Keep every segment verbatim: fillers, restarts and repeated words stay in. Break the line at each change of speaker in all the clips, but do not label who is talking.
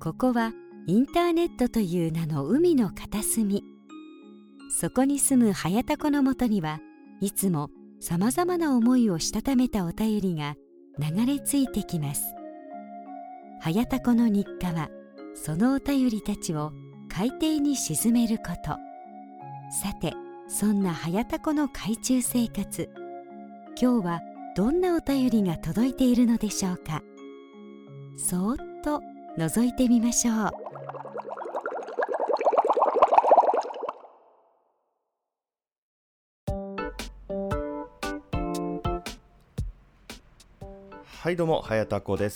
ここはインターネットという名の海の片隅。そこに住むはやたこのもとにはいつもさまざまな思いをしたためたお便りが流れ着いてきます。はやたこの日課はそのお便りたちを海底に沈めること。さて、そんなはやたこの海中生活、今日はどんなお便りが届いているのでしょうか。そーっと覗いてみましょう。
はい、どうもはやたこです。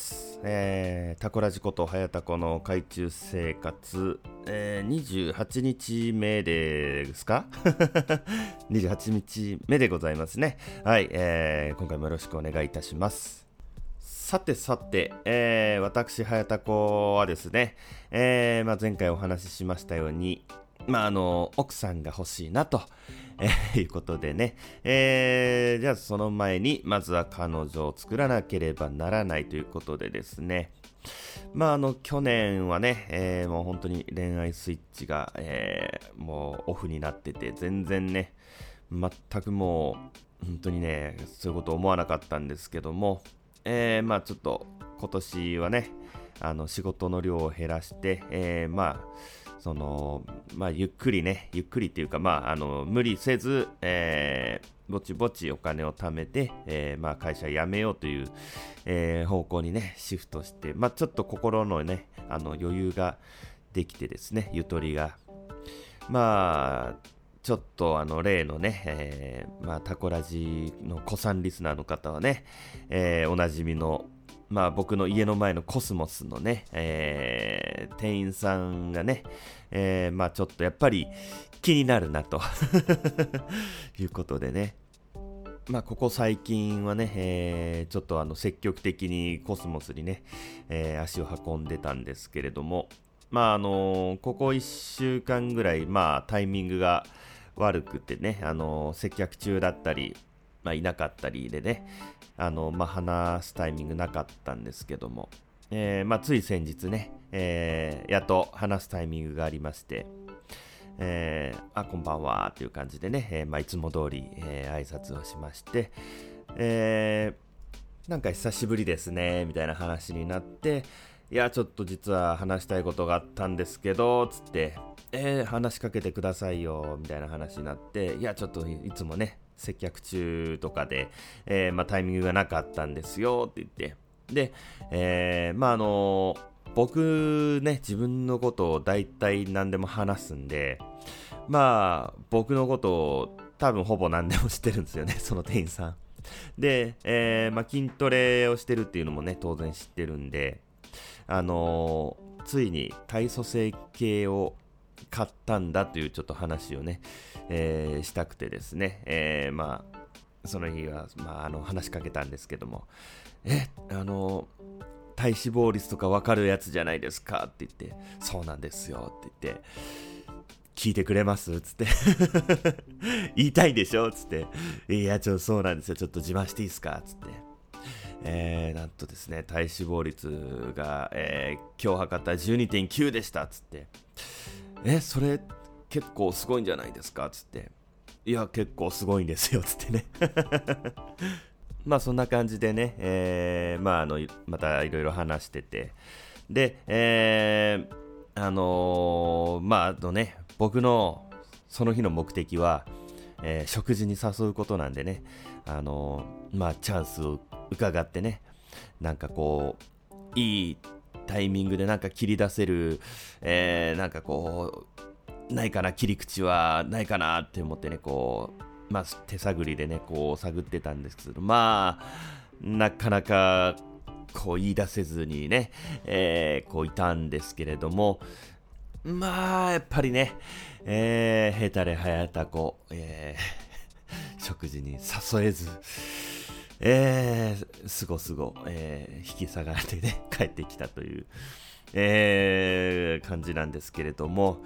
えー、タコラジことはやたこの海中生活、えー、にじゅうはちにちめですかにじゅうはちにちめでございますね。はい、えー、今回もよろしくお願いいたします。さてさて、えー、私はやたこはですね、えーまあ、前回お話ししましたように、まあ、あの奥さんが欲しいなと、えー、いうことでね、えー、じゃあその前にまずは彼女を作らなければならないということでですね、まああの去年はね、えー、もう本当に恋愛スイッチが、えー、もうオフになってて、全然ね全くもう本当にねそういうこと思わなかったんですけども、えー、まあちょっと今年はねあの仕事の量を減らして、えー、まあそのまあゆっくりねゆっくりっていうか、まああの無理せず、えー、ぼちぼちお金を貯めて、えー、まあ会社辞めようという、えー、方向にねシフトして、まあちょっと心のねあの余裕ができてですね、ゆとりが、まあちょっとあの例のね、えー、まあタコラジの子さんリスナーの方はね、えー、おなじみのまあ僕の家の前のコスモスのね、えー、店員さんがね、えー、まあちょっとやっぱり気になるなということでね、まあここ最近はね、えー、ちょっとあの積極的にコスモスにね、えー、足を運んでたんですけれども、まああのー、ここいっしゅうかんぐらいまあタイミングが悪くてね、あのー、接客中だったり、まあ、いなかったりでね、あの、まあ、話すタイミングなかったんですけども、えー、まあ、つい先日ね、えー、やっと話すタイミングがありまして、えー、あ、こんばんはという感じでね、えーまあ、いつも通り、えー、挨拶をしまして、えー、なんか久しぶりですね、みたいな話になって、いや、ちょっと実は話したいことがあったんですけど、つって、えー、話しかけてくださいよ、みたいな話になって、いや、ちょっといつもね、接客中とかで、えーまあ、タイミングがなかったんですよって言って、で、えー、まああの僕ね自分のことを大体何でも話すんで、まあ僕のことを多分ほぼ何でも知ってるんですよね、その店員さんで、えーまあ、筋トレをしてるっていうのもね当然知ってるんで、あのー、ついに体組成計を買ったんだというちょっと話をね、えー、したくてですね、えー、まあその日は、まあ、あの話しかけたんですけども、えあの体脂肪率とか分かるやつじゃないですかって言って、そうなんですよって言って、聞いてくれますつって言いたいでしょつって、いやちょっとそうなんですよ、ちょっと自慢していいですかつって、えー、なんとですね体脂肪率が、えー、今日測った じゅうにてんきゅう でしたつって、えそれ結構すごいんじゃないですかつって、いや結構すごいんですよつってねまあそんな感じでね、えー、まああのまたいろいろ話してて、で、えー、あのー、まああのね僕のその日の目的は、えー、食事に誘うことなんでね、あのー、まあチャンスを伺ってね、なんかこういいタイミングでなんか切り出せる、えー、なんかこうないかな、切り口はないかなって思ってね、こう、まあ、手探りでね、こう探ってたんですけど、まあ、なかなかこう言い出せずにね、えー、こういたんですけれども、まあ、やっぱりね、えー、ヘタレハヤタコ、えー、食事に誘えず、えー、すごすご、えー、引き下がってね、帰ってきたという、えー、感じなんですけれども、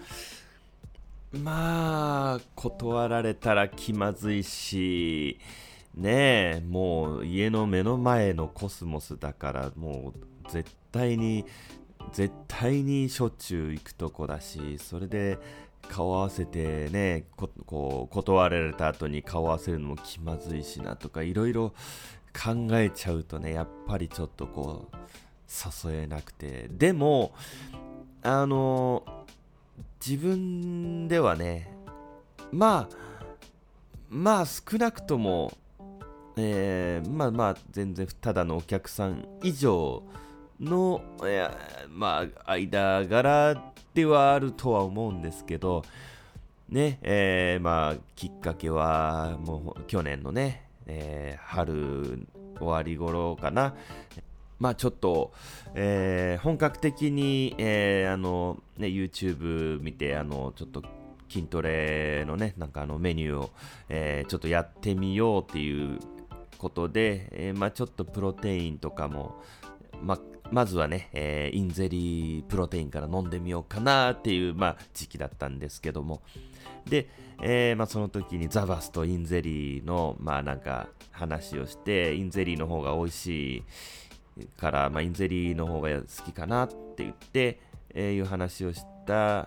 まあ断られたら気まずいしねえ、もう家の目の前のコスモスだから、もう絶対に絶対にしょっちゅう行くとこだし、それで顔合わせてね、ここう断られた後に顔合わせるのも気まずいしなとか、いろいろ考えちゃうとね、やっぱりちょっとこう誘えなくて、でもあの自分ではね、まあまあ少なくとも、えー、まあまあ全然ただのお客さん以上の、いやまあ間柄ではあるとは思うんですけどね、えー、まあきっかけはもう去年のね、えー、春終わり頃かな。まあちょっと、えー、本格的に、えー、あのね YouTube 見て、あのちょっと筋トレのねなんかあのメニューを、えー、ちょっとやってみようっていうことで、えー、まあちょっとプロテインとかも、まあまずはね、えー、インゼリープロテインから飲んでみようかなっていう、まあ、時期だったんですけども、で、えーまあ、その時にザバスとインゼリーの、まあ、なんか話をして、インゼリーの方が美味しいから、まあ、インゼリーの方が好きかなって言って、えー、いう話をした、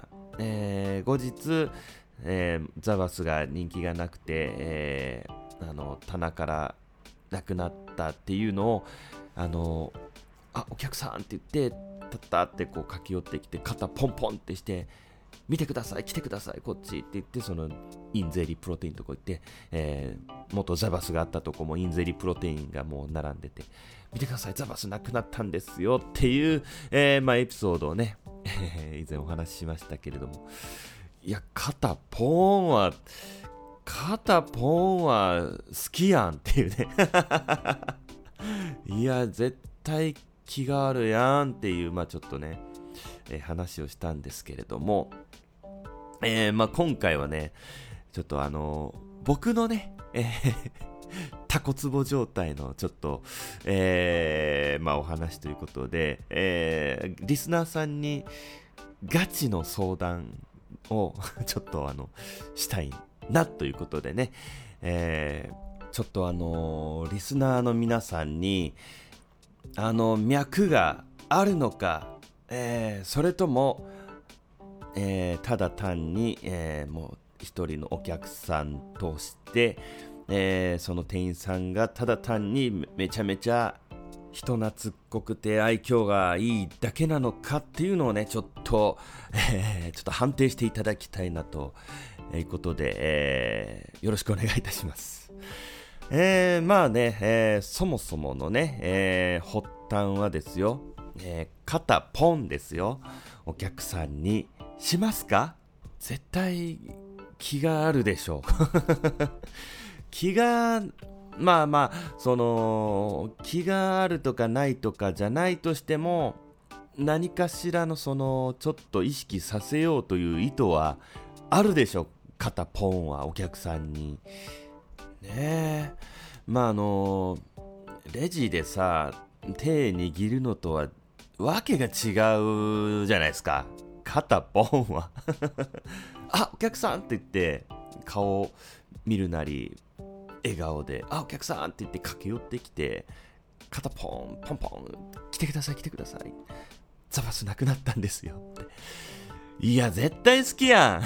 えー、後日、えー、ザバスが人気がなくて、えー、あの棚からなくなったっていうのを、あのあ、お客さんって言って、たったってこう駆け寄ってきて、肩ポンポンってして、見てください、来てください、こっちって言って、そのインゼリープロテインのとこ行って、えー、元ザバスがあったとこもインゼリープロテインがもう並んでて、見てください、ザバスなくなったんですよっていう、えーまあ、エピソードをね、以前お話ししましたけれども、いや、肩ポンは、肩ポンは好きやんっていうね。いや、絶対気があるやんっていう、まあちょっとね、えー、話をしたんですけれども、えー、まあ今回はね、ちょっとあのー、僕のね、えー、タコツボ状態のちょっと、えー、まあお話ということで、えー、リスナーさんにガチの相談をちょっとあのしたいなということでね、えー、ちょっとあのー、リスナーの皆さんにあの脈があるのか、えー、それとも、えー、ただ単に、えー、もう一人のお客さんとして、えー、その店員さんがただ単にめちゃめちゃ人懐っこくて愛嬌がいいだけなのかっていうのをねちょっと、えー、ちょっと判定していただきたいなということで、えー、よろしくお願いいたします。えー、まあね、えー、そもそものね、えー、発端はですよ、えー、肩ポンですよ。お客さんにしますか？絶対気があるでしょう。気がまあまあその気があるとかないとかじゃないとしても、何かしらのそのちょっと意識させようという意図はあるでしょう。肩ポンはお客さんにねえ、まああのレジでさ手握るのとはわけが違うじゃないですか。肩ポンはあ、お客さんって言って顔見るなり笑顔で、あ、お客さんって言って駆け寄ってきて、肩ポンポンポン来てください来てください、ザバスなくなったんですよって。いや絶対好きやん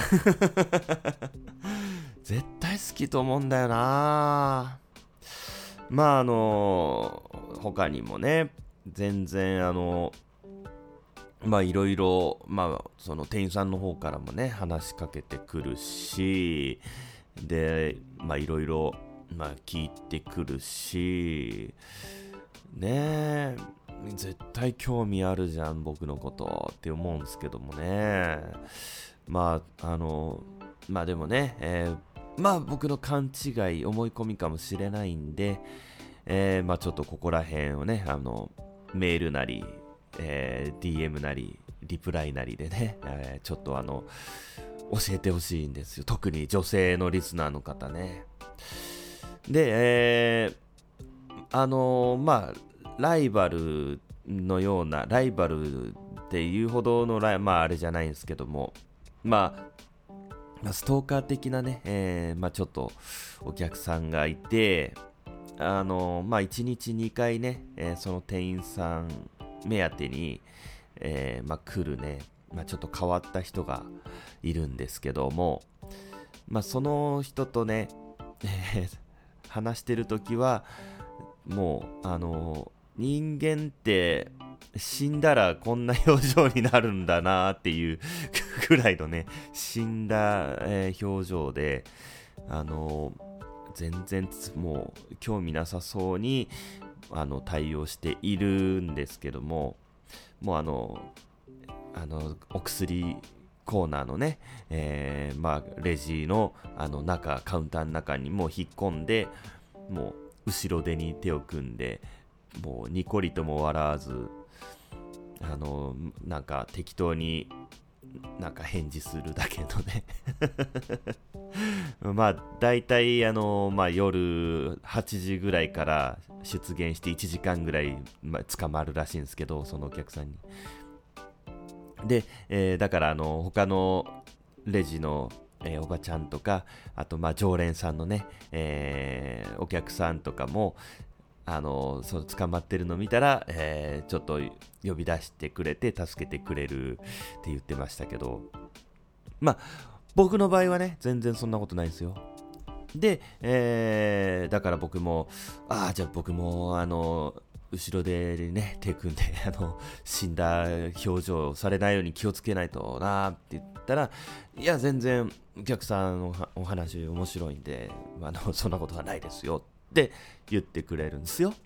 絶対好きと思うんだよな。まああの他にもね全然あのまあいろいろまあその店員さんの方からもね話しかけてくるし、でまあいろいろまあ聞いてくるしねえ、絶対興味あるじゃん僕のことって思うんですけどもね。まああのまあでもね、えーまあ僕の勘違い思い込みかもしれないんで、えー、まあちょっとここら辺をねあのメールなり、えー、ディーエム なりリプライなりでね、えー、ちょっとあの教えてほしいんですよ。特に女性のリスナーの方ね。で、えー、あのー、まあライバルのようなライバルっていうほどのライまああれじゃないんですけども、まあストーカー的なね、えー、まあちょっとお客さんがいて、あのまあいちにちにかいね、えー、その店員さん目当てに、 えーまあ、来るね、まあ、ちょっと変わった人がいるんですけども、まあ、その人とね、えー話してるときはもうあの人間って死んだらこんな表情になるんだなっていうぐらいのね死んだ、えー表情で、あの全然もう興味なさそうにあの対応しているんですけども、もうあのあのお薬コーナーのね、えーまあ、レジの、あの中カウンターの中にもう引っ込んで、もう後ろ手に手を組んで、もうニコリとも笑わず、あのなんか適当になんか返事するだけのねまあ大体あの、まあ、夜はちじぐらいから出現していちじかんぐらい、まあ、捕まるらしいんですけど、そのお客さんにで、えー、だからあの他のレジの、えー、おばちゃんとか、あとまあ常連さんのね、えー、お客さんとかもあのその捕まってるのを見たら、えー、ちょっと呼び出してくれて助けてくれるって言ってましたけど、まあ僕の場合はね全然そんなことないですよ。で、えー、だから僕もああじゃあ僕もあの後ろでね手組んであの死んだ表情をされないように気をつけないとなって言ったら、いや全然お客さんのお話面白いんで、あのそんなことはないですよって言ってくれるんですよ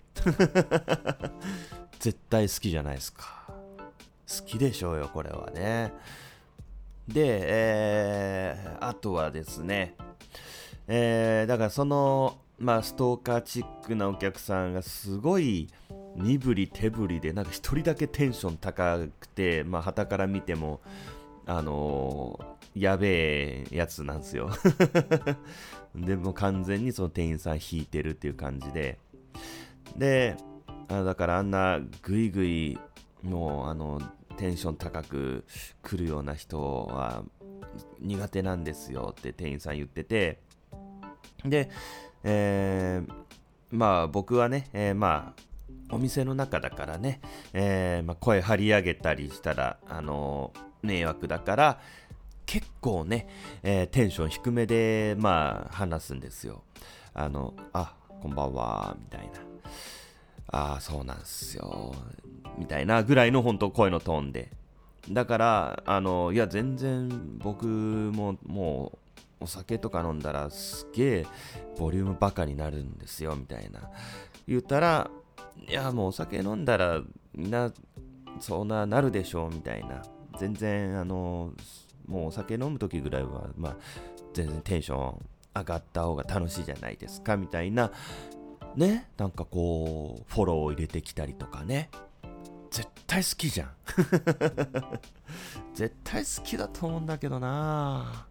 絶対好きじゃないですか。好きでしょうよこれはね。で、えー、あとはですね、えー、だからそのまあストーカーチックなお客さんがすごい身振り手振りで、なんか一人だけテンション高くて、まあ傍から見てもあのー、やべえやつなんですよでも完全にその店員さん引いてるっていう感じで、であだからあんなグイグイもうあのテンション高く来るような人は苦手なんですよって店員さん言ってて、で、えー、まあ僕はね、えー、まあお店の中だからね、えーまあ、声張り上げたりしたら、あのー、迷惑だから結構ね、えー、テンション低めでまあ話すんですよ。あのあこんばんはみたいな、あそうなんすよみたいなぐらいの本当声のトーンで、だからあのいや全然僕ももうお酒とか飲んだらすげえボリュームバカになるんですよみたいな言ったら、いやもうお酒飲んだらみんなそんななるでしょうみたいな、全然あのもうお酒飲む時ぐらいはまあ全然テンション上がった方が楽しいじゃないですかみたいなね、なんかこうフォローを入れてきたりとかね、絶対好きじゃん絶対好きだと思うんだけどな。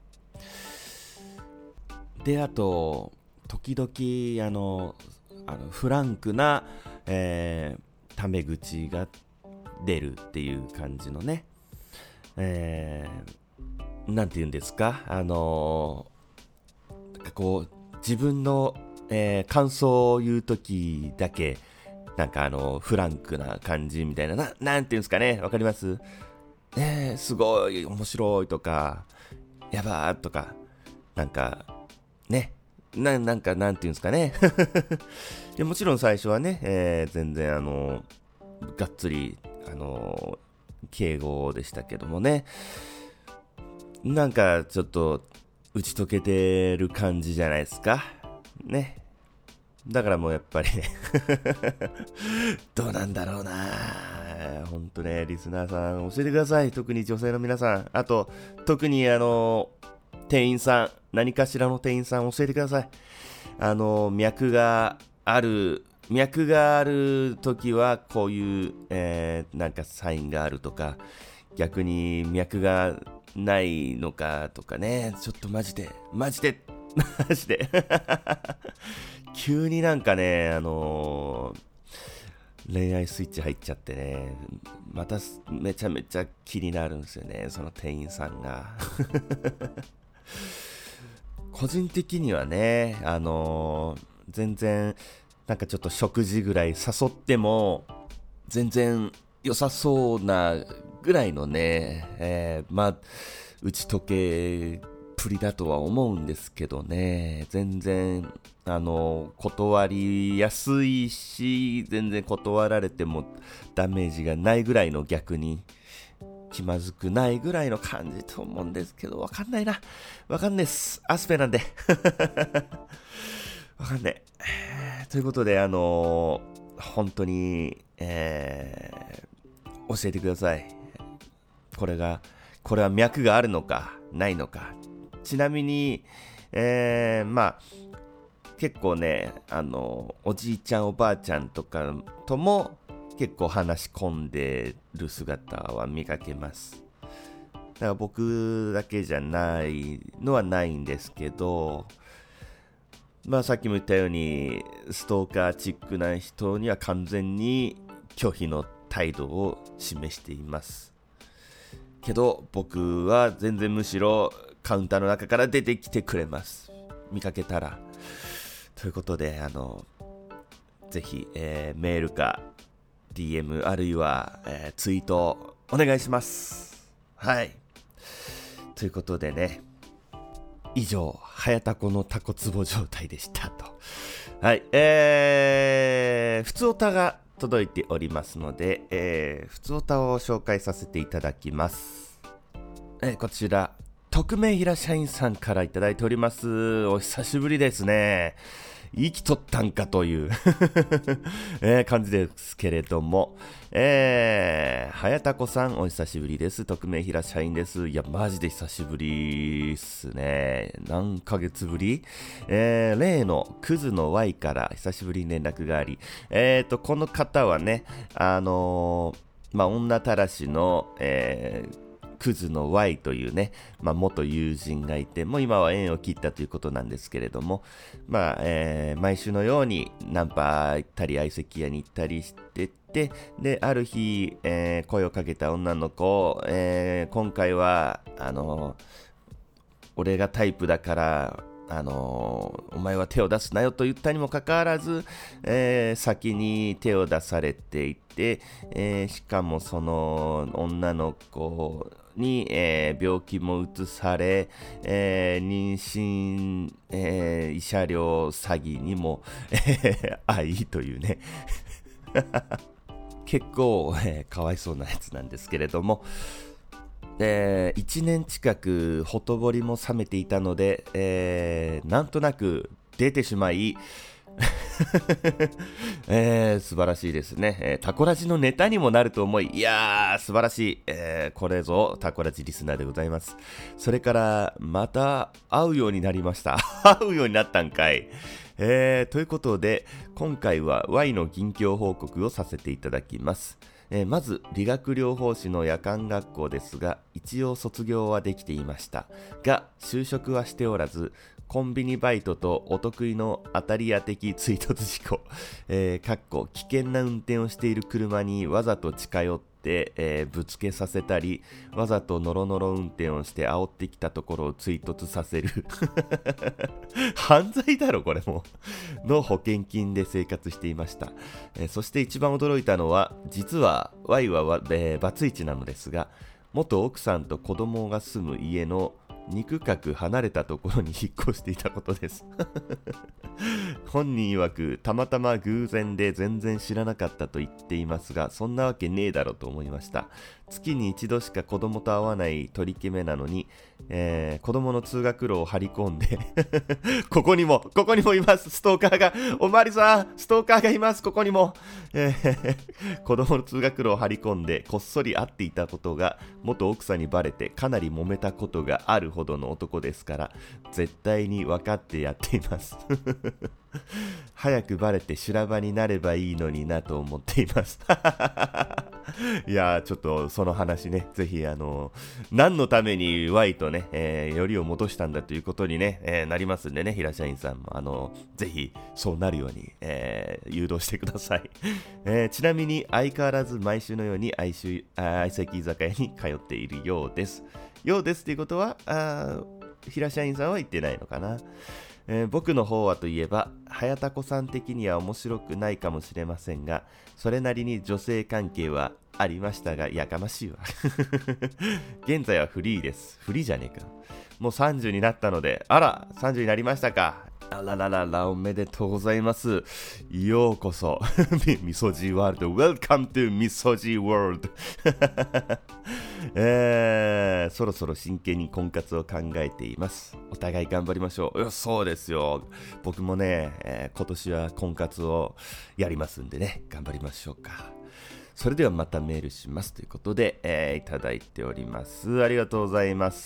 であと時々あのあのフランクな、えー、タメ口が出るっていう感じのね、えー、なんて言うんですか、あのー、こう自分の、えー、感想を言うときだけなんかあのフランクな感じみたいな、な、なんていうんですかね、わかります？えー、すごい面白いとかやばーとかなんかね、な, なんかなんていうんですかねいやもちろん最初はね、えー、全然あのがっつりあの敬語でしたけどもね、なんかちょっと打ち解けてる感じじゃないですかね。だからもうやっぱりねどうなんだろうな、ほんとね、リスナーさん教えてください。特に女性の皆さん、あと特にあの店員さん、何かしらの店員さん教えてください。あの脈がある脈がある時はこういう、えー、なんかサインがあるとか、逆に脈がないのかとかね、ちょっとマジでマジでマジで急になんかね、あのー、恋愛スイッチ入っちゃってね、まためちゃめちゃ気になるんですよね、その店員さんが個人的にはね、あのー、全然なんかちょっと食事ぐらい誘っても全然良さそうなぐらいのね、えー、まあ打ち解けっぷりだとは思うんですけどね、全然あの断りやすいし、全然断られてもダメージがないぐらいの、逆に気まずくないぐらいの感じと思うんですけど、わかんないな、わかんないっす、アスペなんでわかんない、えー、ということで、あのー、本当に、えー、教えてください。これがこれは脈があるのかないのか。ちなみに、えー、まあ結構ね、あのおじいちゃんおばあちゃんとかとも結構話し込んでる姿は見かけます。だから僕だけじゃないのはないんですけど、まあさっきも言ったようにストーカーチックな人には完全に拒否の態度を示していますけど、僕は全然むしろカウンターの中から出てきてくれます、見かけたら。ということで、あのぜひ、えー、メールか ディーエム あるいは、えー、ツイートお願いします。はい、ということでね、以上、はやたこのタコツボ状態でしたと。はい、えー、ふつおたが届いておりますので、えー、ふつおたを紹介させていただきます。えー、こちら匿名平社員さんからいただいております。お久しぶりですね。生きとったんかという、えー、感じですけれども、えー、はやたこさんお久しぶりです。匿名平社員です。いやマジで久しぶりっすね。何ヶ月ぶり、えー、例のクズの Y から久しぶりに連絡があり、えーとこの方はね、あのー、まあ女たらしの、えークズの Y というね、まあ、元友人がいて、もう今は縁を切ったということなんですけれども、まあえー、毎週のようにナンパ行ったり相席屋に行ったりしてて、である日、えー、声をかけた女の子、えー、今回はあの俺がタイプだからあのー、お前は手を出すなよと言ったにもかかわらず、えー、先に手を出されていて、えー、しかもその女の子に、えー、病気も移され、えー、妊娠、えー、慰謝料詐欺にも、えー、愛というね結構、えー、かわいそうなやつなんですけれども、えー、いちねん近くほとぼりも冷めていたので、えー、なんとなく出てしまい、えー、素晴らしいですね、えー、タコラジのネタにもなると思い、いやー素晴らしい、えー、これぞタコラジリスナーでございます。それからまた会うようになりました会うようになったんかい。えー、ということで今回は Y の近況報告をさせていただきます。えー、まず理学療法士の夜間学校ですが、一応卒業はできていましたが就職はしておらず、コンビニバイトとお得意の当たり屋的追突事故、えー、かっこ危険な運転をしている車にわざと近寄って、えー、ぶつけさせたり、わざとノロノロ運転をして煽ってきたところを追突させる犯罪だろこれもの保険金で生活していました。えー、そして一番驚いたのは、実は Y は、えー、バツイチなのですが、元奥さんと子供が住む家の肉角離れたところに引っ越していたことです本人曰くたまたま偶然で全然知らなかったと言っていますが、そんなわけねえだろと思いました。月に一度しか子供と会わない取り決めなのに、えー、子供の通学路を張り込んでここにもここにもいます、ストーカーが、おまわりさんストーカーがいます、ここにも、えー、子供の通学路を張り込んでこっそり会っていたことが元奥さんにバレてかなり揉めたことがあるほどの男ですから、絶対に分かってやっています早くバレて修羅場になればいいのになと思っていますいやーちょっとその話ね、ぜひあの何のために Y とね、えー、よりを戻したんだということにね、えー、なりますんでね、平社員さんもあのぜひそうなるように、えー、誘導してください、えー、ちなみに相変わらず毎週のように相席居酒屋に通っているようですようですということは、あ平社員さんは言ってないのかな。えー、僕の方はといえば、はやたこさん的には面白くないかもしれませんが、それなりに女性関係はありましたが、やかましいわ現在はフリーです。フリーじゃねえか。もうさんじゅうになったので、あらさんじゅうになりましたか。あらららら、おめでとうございます。ようこそみそじワールド Welcome to みそじワールドえー、そろそろ真剣に婚活を考えています。お互い頑張りましょう。そうですよ。僕もね、えー、今年は婚活をやりますんでね、頑張りましょうか。それではまたメールしますということで、えー、いただいております。ありがとうございます。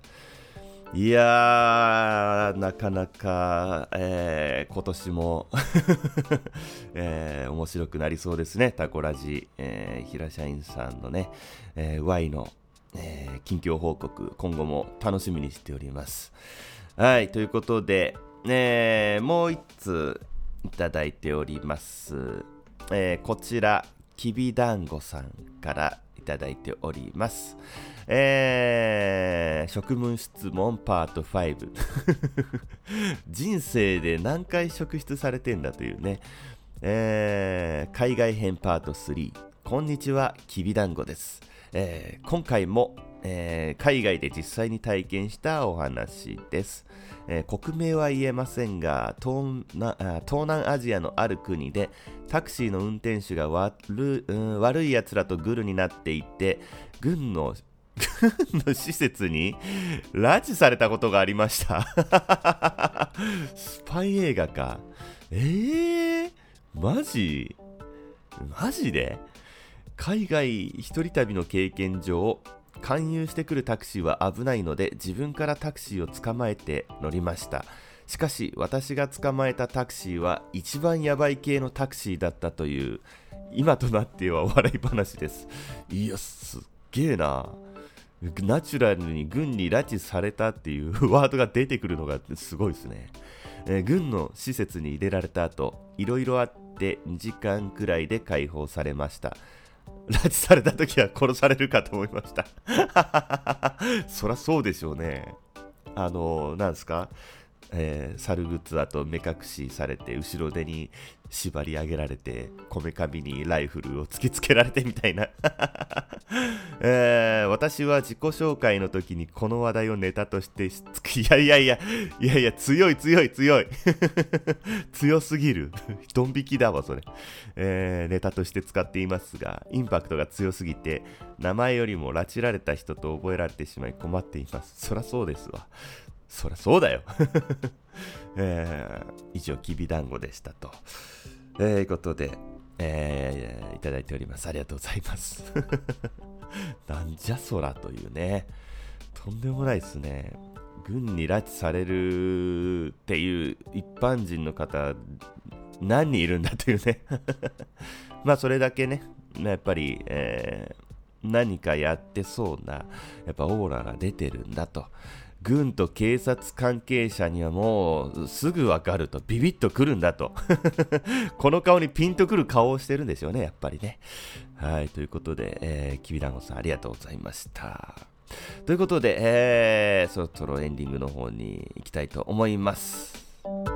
いやー、なかなか、えー、今年も、えー、面白くなりそうですね。タコラジ、えー、平社員さんのね、えー、Y の、えー、近況報告、今後も楽しみにしております。はい、ということで、えー、もう一通いただいております。えー、こちら、きびだんごさんからいただいております。えー、職務質問パートご人生で何回職質されてんだというね、えー、海外編パートさん。こんにちは、きびだんごです。えー、今回も、えー、海外で実際に体験したお話です。えー、国名は言えませんが、東南、東南アジアのある国でタクシーの運転手が悪、うん、悪いやつらとグルになっていて、軍の軍の施設に拉致されたことがありましたスパイ映画か。えー、マジマジで海外一人旅の経験上、勧誘してくるタクシーは危ないので自分からタクシーを捕まえて乗りました。しかし私が捕まえたタクシーは一番ヤバい系のタクシーだったという今となっては笑い話です。いや、すっげえな。ナチュラルに軍に拉致されたっていうワードが出てくるのがすごいですね。えー、軍の施設に入れられた後、いろいろあってにじかんくらいで解放されました。拉致された時は殺されるかと思いましたそりゃそうでしょうね。あのなんですか、えー、猿グッズあと目隠しされて後ろ手に縛り上げられてこめかみにライフルを突きつけられてみたいな、えー、私は自己紹介の時にこの話題をネタとしていやいやいやいやいや強い強い強い強すぎるドン引きだわそれ、えー、ネタとして使っていますがインパクトが強すぎて名前よりも拉致られた人と覚えられてしまい困っています。そりゃそうですわ。そりゃそうだよ、えー、以上きびだんごでしたと、えー、いうことで、えー、いただいております。ありがとうございますなんじゃそらというね、とんでもないですね。軍に拉致されるっていう一般人の方何人いるんだというねまあそれだけねやっぱり、えー、何かやってそうなやっぱオーラが出てるんだと。軍と警察関係者にはもうすぐわかると、ビビッとくるんだとこの顔にピンとくる顔をしてるんでしょうね、やっぱりね。はい、ということで、えー、きびだんごさんありがとうございました。ということで、えー、そろそろエンディングの方に行きたいと思います。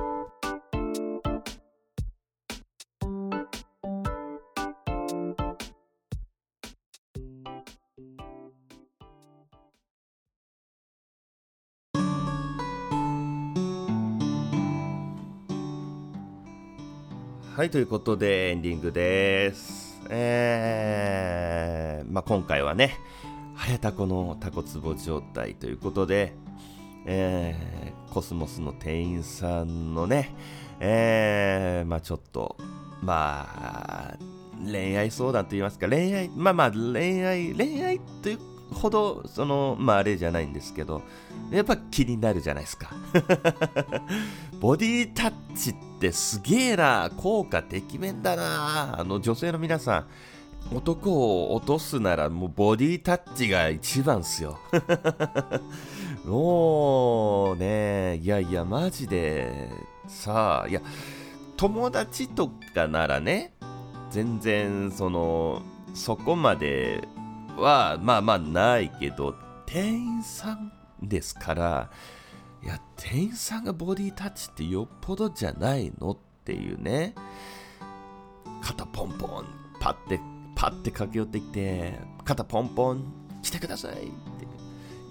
はい、ということでエンディングです。えー、まあ今回はね、早タコのタコツボ状態ということで、えー、コスモスの店員さんのね、えー、まあちょっと、まあ、恋愛相談と言いますか、恋愛、まあまあ恋愛、恋愛というほど、その、まああれじゃないんですけど、やっぱ気になるじゃないですか。ボディタッチってすげえな、効果てきめんだな。あの女性の皆さん、男を落とすならもうボディタッチが一番っすよ。もうね、いやいやマジでさあ、いや友達とかならね、全然そのそこまではまあまあないけど、店員さんですから、いや店員さんがボディタッチってよっぽどじゃないのっていうね。肩ポンポンパッてパッて駆け寄ってきて肩ポンポン来てくださいって、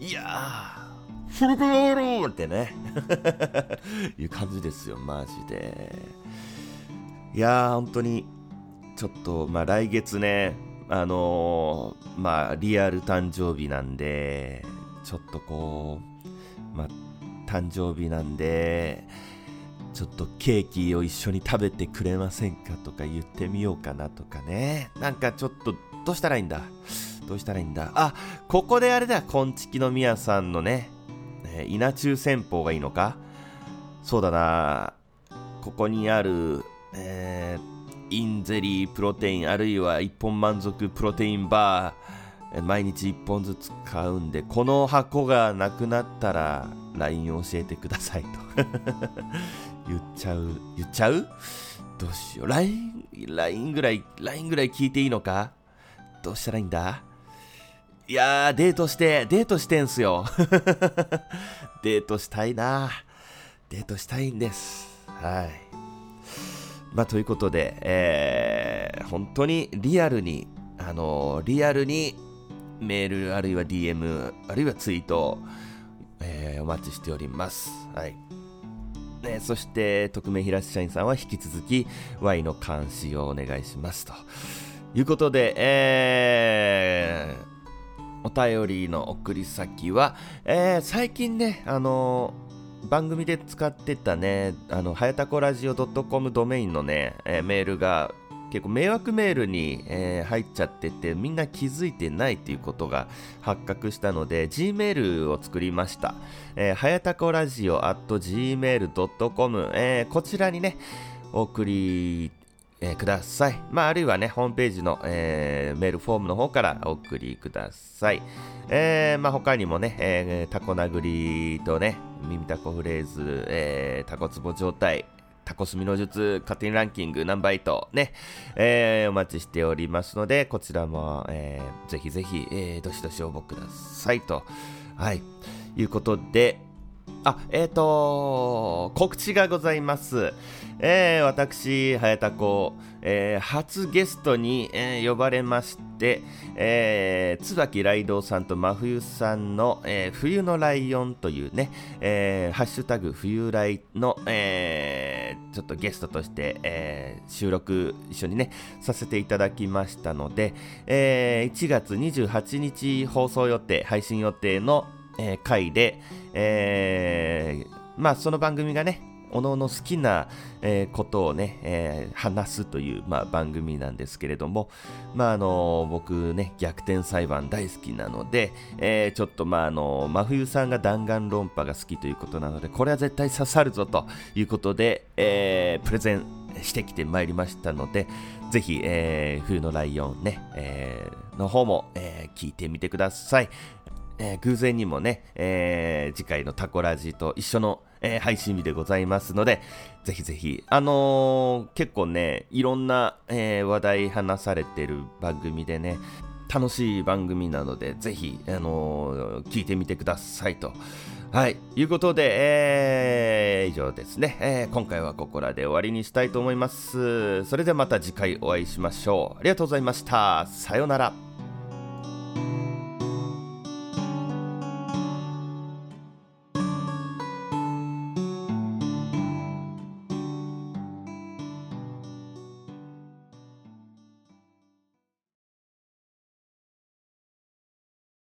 いやーフルコールってねいう感じですよマジで。いやー本当にちょっとまあ来月ねあのー、まあリアル誕生日なんで、ちょっとこうまあ誕生日なんでちょっとケーキを一緒に食べてくれませんかとか言ってみようかなとかね。なんかちょっとどうしたらいいんだどうしたらいいんだあ、ここであれだ、こんちきのみやさんのね、えー、稲中戦法がいいのか。そうだな、ここにある、えー、インゼリープロテインあるいは一本満足プロテインバー、えー、毎日一本ずつ買うんで、この箱がなくなったら ライン 教えてくださいと言っちゃう言っちゃうどうしよう。 ライン ライン ぐらい ライン ぐらい聞いていいのか。どうしたらいいんだ。いやーデートしてデートしてんすよデートしたいなデートしたいんです。はい。まあということで、えー、本当にリアルにあのー、リアルにメールあるいは ディーエム あるいはツイート、えー、お待ちしております。はい。ね、そして匿名平社員さんは引き続き Y の監視をお願いしますということで、えー、お便りの送り先は、えー、最近ねあのー、番組で使ってたねあのはやたこラジオ .com ドメインのね、えー、メールが結構迷惑メールに、えー、入っちゃってて、みんな気づいてないということが発覚したので Gmail を作りました。えー、はやたこラジオ アットジーメールドットコム、えー、こちらにねお送り、えー、ください。まあ、あるいはねホームページの、えー、メールフォームの方からお送りください。えーまあ、他にもね、えー、タコ殴りとね耳タコフレーズ、えー、タコツボ状態、タコスミの術、勝手にランキング、ナンバイトね、えー、お待ちしておりますので、こちらも、えー、ぜひぜひ、えー、どしどし応募くださいと、はい、いうことで、あ、えーと、告知がございます。えー、私、はやたこ、えー、初ゲストに、えー、呼ばれまして、えー、椿ライドウさんと真冬さんの、えー、冬のライオンというね、えー、ハッシュタグ冬ライの、えー、ちょっとゲストとして、えー、収録一緒にね、させていただきましたので、えー、いちがつにじゅうはちにち放送予定、配信予定の、えー、回で、えー、まあその番組がねおのおの好きな、えー、ことをね、えー、話すという、まあ、番組なんですけれども、まああのー、僕ね逆転裁判大好きなので、えー、ちょっとまああのー、真冬さんが弾丸論破が好きということなので、これは絶対刺さるぞということで、えー、プレゼンしてきてまいりましたので、ぜひ、えー、冬のライオンね、えー、の方も、えー、聞いてみてください。えー、偶然にもね、えー、次回のタコラジと一緒の、えー、配信日でございますので、ぜひぜひ、あのー、結構ねいろんな、えー、話題話されてる番組でね楽しい番組なので、ぜひ、あのー、聞いてみてくださいと、はい、いうことで、えー、以上ですね、えー、今回はここらで終わりにしたいと思います。それではまた次回お会いしましょう。ありがとうございました。さようなら。